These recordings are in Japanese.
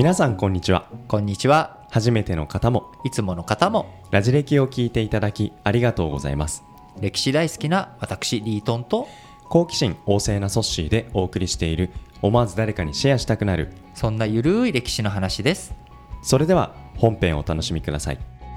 皆さんこんにちは。 こんにちは。 初めての方もいつもの方もラジ歴を聞いていただきありがとうございます。 歴史大好きな私リートンと好奇心旺盛なソッシーでお送りしている思わず誰かにシェアしたくなるそんなゆるい歴史の話です。 それでは本編をお楽しみください。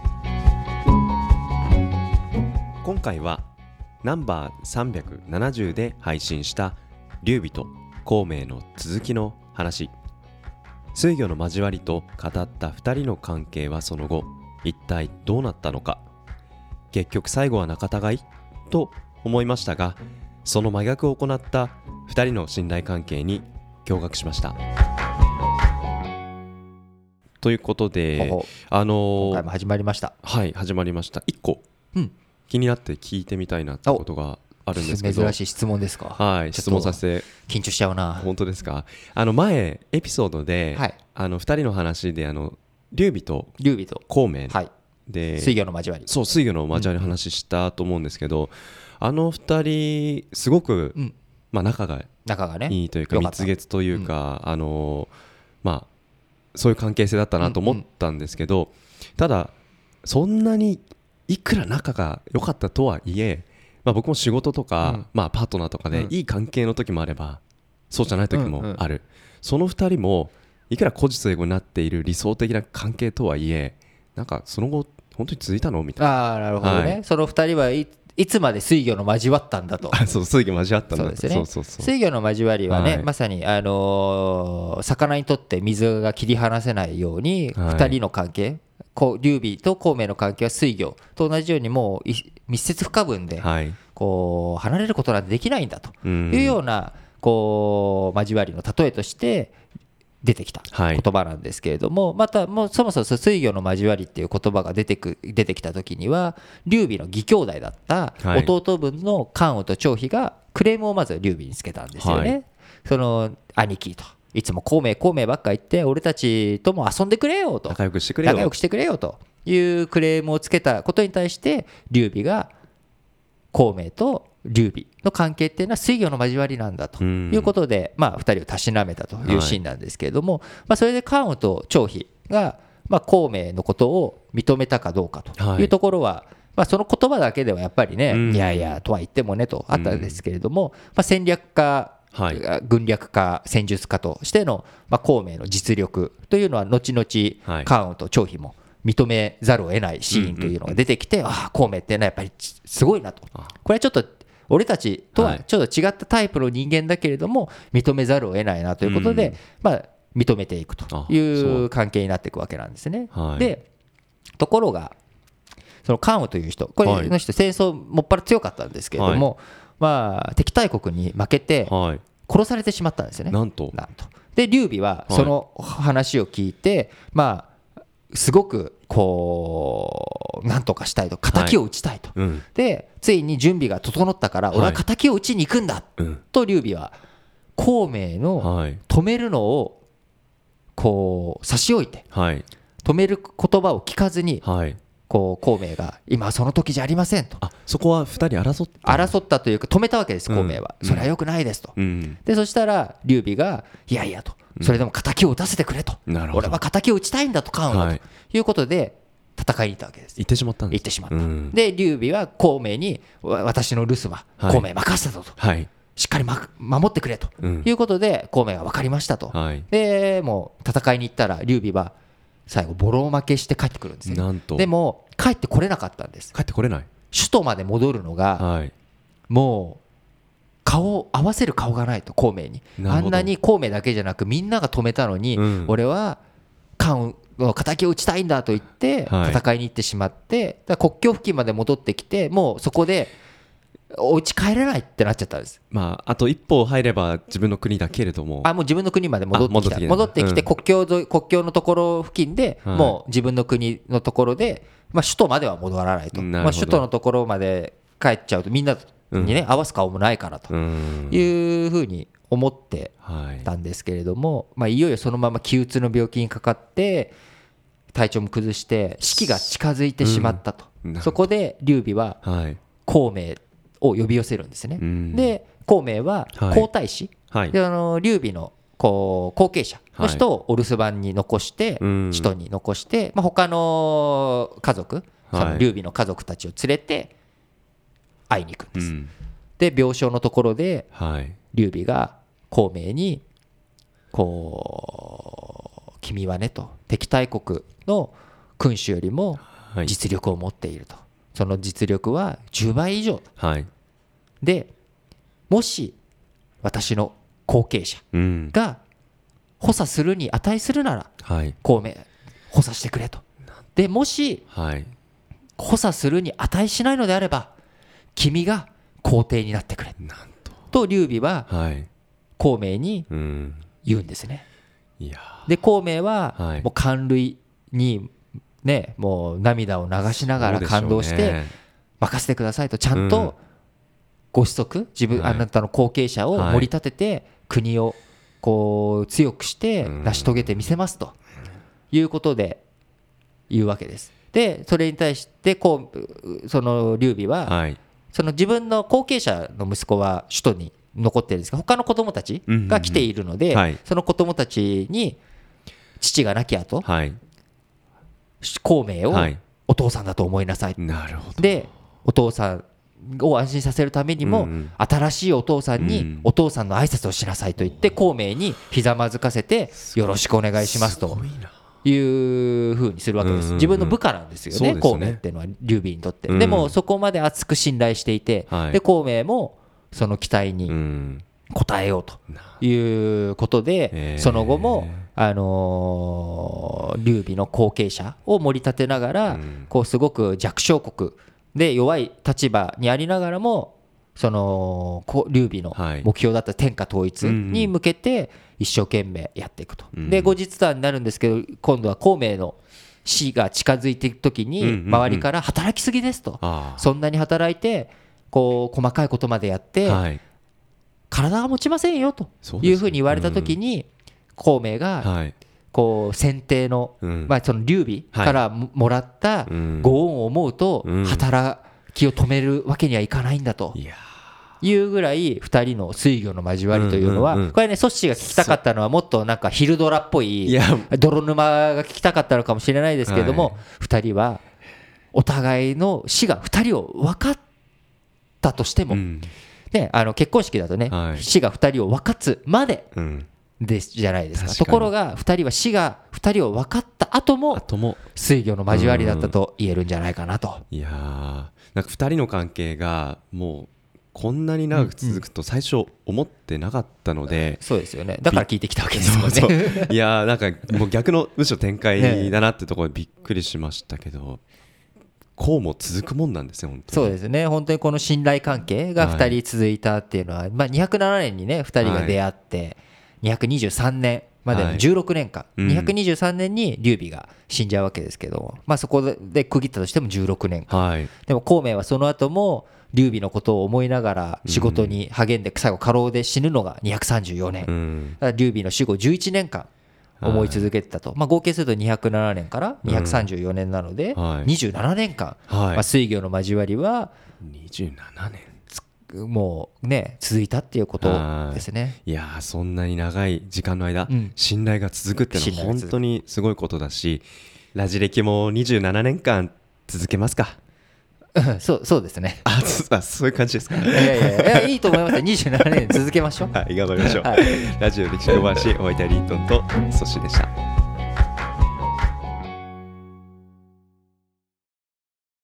今回はナンバー370で配信した劉備と孔明の続きの話。水魚の交わりと語った2人の関係はその後一体どうなったのか。結局最後は仲違いと思いましたが、その真逆を行った2人の信頼関係に驚愕しました。ということで今回も始まりました。 はい、始まりました。1個、気になって聞いてみたいなってことがあるんですけど。 珍しい質問ですか。 はい、質問させて。 緊張しちゃうな。 本当ですか。前エピソードで、 はい、 2人の話で劉備と孔明で、 水魚の交わり、 そう水魚の交わりの話したと思うんですけど、2人すごく、仲がいいというか蜜月というか、そういう関係性だったなと思ったんですけど、ただそんなにいくら仲が良かったとはいえ、僕も仕事とか、パートナーとかでいい関係の時もあれば、そうじゃない時もある、その2人もいくら古実英語になっている理想的な関係とはいえ、なんかその後本当に続いたのみたいな。 なるほどね、その2人はいつまで水魚の交わったんだと。 そう水魚交わったんだと。 そうですね。水魚の交わりはね、まさに、魚にとって水が切り離せないように、2人の関係、劉備と孔明の関係は水魚と同じようにもう密接不可分で、こう離れることなんてできないんだというような交わりの例えとして出てきた言葉なんですけれども、またもうそもそも水魚の交わりっていう言葉が出てきた時には、劉備の義兄弟だった弟分の関羽と張飛がクレームをまず劉備につけたんですよね。その兄貴といつも孔明ばっか言って俺たちとも遊んでくれよと、 仲良くしてくれよというクレームをつけたことに対して、劉備が孔明と劉備の関係っていうのは水魚の交わりなんだということで、2人をたしなめたというシーンなんですけれども、それで関羽と張飛が孔明のことを認めたかどうかというところは、その言葉だけではやっぱりね、いやいやとは言ってもねとあったんですけれども、戦略家、軍略家、戦術家としての孔明の実力というのは後々関羽と張飛も認めざるを得ないシーンというのが出てきて、孔明っていうのはやっぱりすごいなと、これはちょっと俺たちとはちょっと違ったタイプの人間だけれども認めざるを得ないなということで、認めていくという関係になっていくわけなんですね。でところがその関羽という人、これの人戦争もっぱら強かったんですけれども、敵対国に負けて殺されてしまったんですよね。なんとで劉備はその話を聞いて、すごくなんとかしたいと、敵を討ちたいと、でついに準備が整ったから俺は敵を討ちに行くんだ、と劉備は孔明の止めるのを差し置いて、止める言葉を聞かずに、孔明が今はその時じゃありませんと。 そこは2人争ったというか止めたわけです、孔明は。それは良くないですと。でそしたら劉備がいやいやと、それでも敵を討たせてくれと、俺は敵を討ちたいんだと関羽は、ということで戦いに行ったわけです。 行ってしまったんです。 で劉備は孔明に私の留守は孔明任せたぞと、しっかり守ってくれということで、孔明は分かりましたと。でもう戦いに行ったら劉備は最後ボロ負けして帰ってくるんですね。でも帰ってこれなかったんです。 帰ってこれない。 首都まで戻るのが、もう顔を合わせる顔がないと孔明に。あんなに孔明だけじゃなくみんなが止めたのに、俺は関羽の敵を討ちたいんだと言って戦いに行ってしまって、国境付近まで戻ってきて、もうそこでお家帰れないってなっちゃったんです。 あと一歩入れば自分の国だけれども、 もう自分の国まで戻ってきて、国境のところ付近で、もう自分の国のところで、首都までは戻らないと。首都のところまで帰っちゃうとみんなにね、合わす顔もないからというふうに思ってたんですけれども、いよいよそのまま気鬱の病気にかかって体調も崩して死期が近づいてしまったと。そこで劉備は孔明を呼び寄せるんですね。で孔明は皇太子、で劉備のこう後継者の人をお留守番に残して、首都に残して、他の家族、その劉備の家族たちを連れて会いに行くんです、で病床のところで劉備が孔明にこう君はねと、敵対国の君主よりも実力を持っていると、その実力は10倍以上で、もし私の後継者が補佐するに値するなら孔明補佐してくれと。でもし補佐するに値しないのであれば君が皇帝になってくれと劉備は孔明に言うんですね。で孔明はもう感涙にね、もう涙を流しながら感動して任せてくださいと、ちゃんとご子息あなたの後継者を盛り立てて国をこう強くして成し遂げてみせますということで言うわけです。でそれに対してその劉備はその自分の後継者の息子は首都に残ってるんですが、他の子供たちが来ているので、その子供たちに父が亡き後孔明をお父さんだと思いなさい。でお父さんを安心させるためにも新しいお父さんにお父さんの挨拶をしなさいと言って孔明にひざまずかせてよろしくお願いしますという風にするわけです。自分の部下なんですよね、孔明っていうのは劉備にとって。でもそこまで厚く信頼していて、で孔明もその期待に応えようということで、その後も劉備の後継者を盛り立てながらこうすごく弱小国で弱い立場にありながらもその劉備の目標だった天下統一に向けて一生懸命やっていくと。で後日談になるんですけど、今度は孔明の死が近づいていく時に周りから働きすぎですと、そんなに働いてこう細かいことまでやって体が持ちませんよというふうに言われた時に孔明がこう先帝のその劉備からもらったご恩を思うと働きを止めるわけにはいかないんだというぐらい2人の水魚の交わりというのは、これねソッシーが聞きたかったのはもっとなんか昼ドラっぽい泥沼が聞きたかったのかもしれないですけれども、2人はお互いの死が2人を分かったとしてもね、結婚式だとね死が2人を分かつまでじゃないですか。ところが2人は死が2人を分かった後も水魚の交わりだったと言えるんじゃないかなと。 いやなんか2人の関係がもうこんなに長く続くと最初思ってなかったので、 そうですよね、だから聞いてきたわけですもんね。 いやなんかもう逆のむしろ展開だなってところでびっくりしましたけど、こうも続くもんなんですよ本当に。 そうですね、本当にこの信頼関係が2人続いたっていうのは、207年にね2人が出会って、223年までの16年間、223年に劉備が死んじゃうわけですけども、そこで区切ったとしても16年間、でも孔明はその後も劉備のことを思いながら仕事に励んで最後過労で死ぬのが234年、だから劉備の死後11年間思い続けてたと、合計すると207年から234年なので27年間、水魚の交わりは 27年もうね続いたっていうことですね。 いやそんなに長い時間の間、信頼が続くっていうのは本当にすごいことだし、ラジ歴も27年間続けますか。 そうですね。 そういう感じですか。 いやいいと思います。27年続けましょう。 頑張りましょう。ラジオ歴史小話、お相手はリートンとソシでした。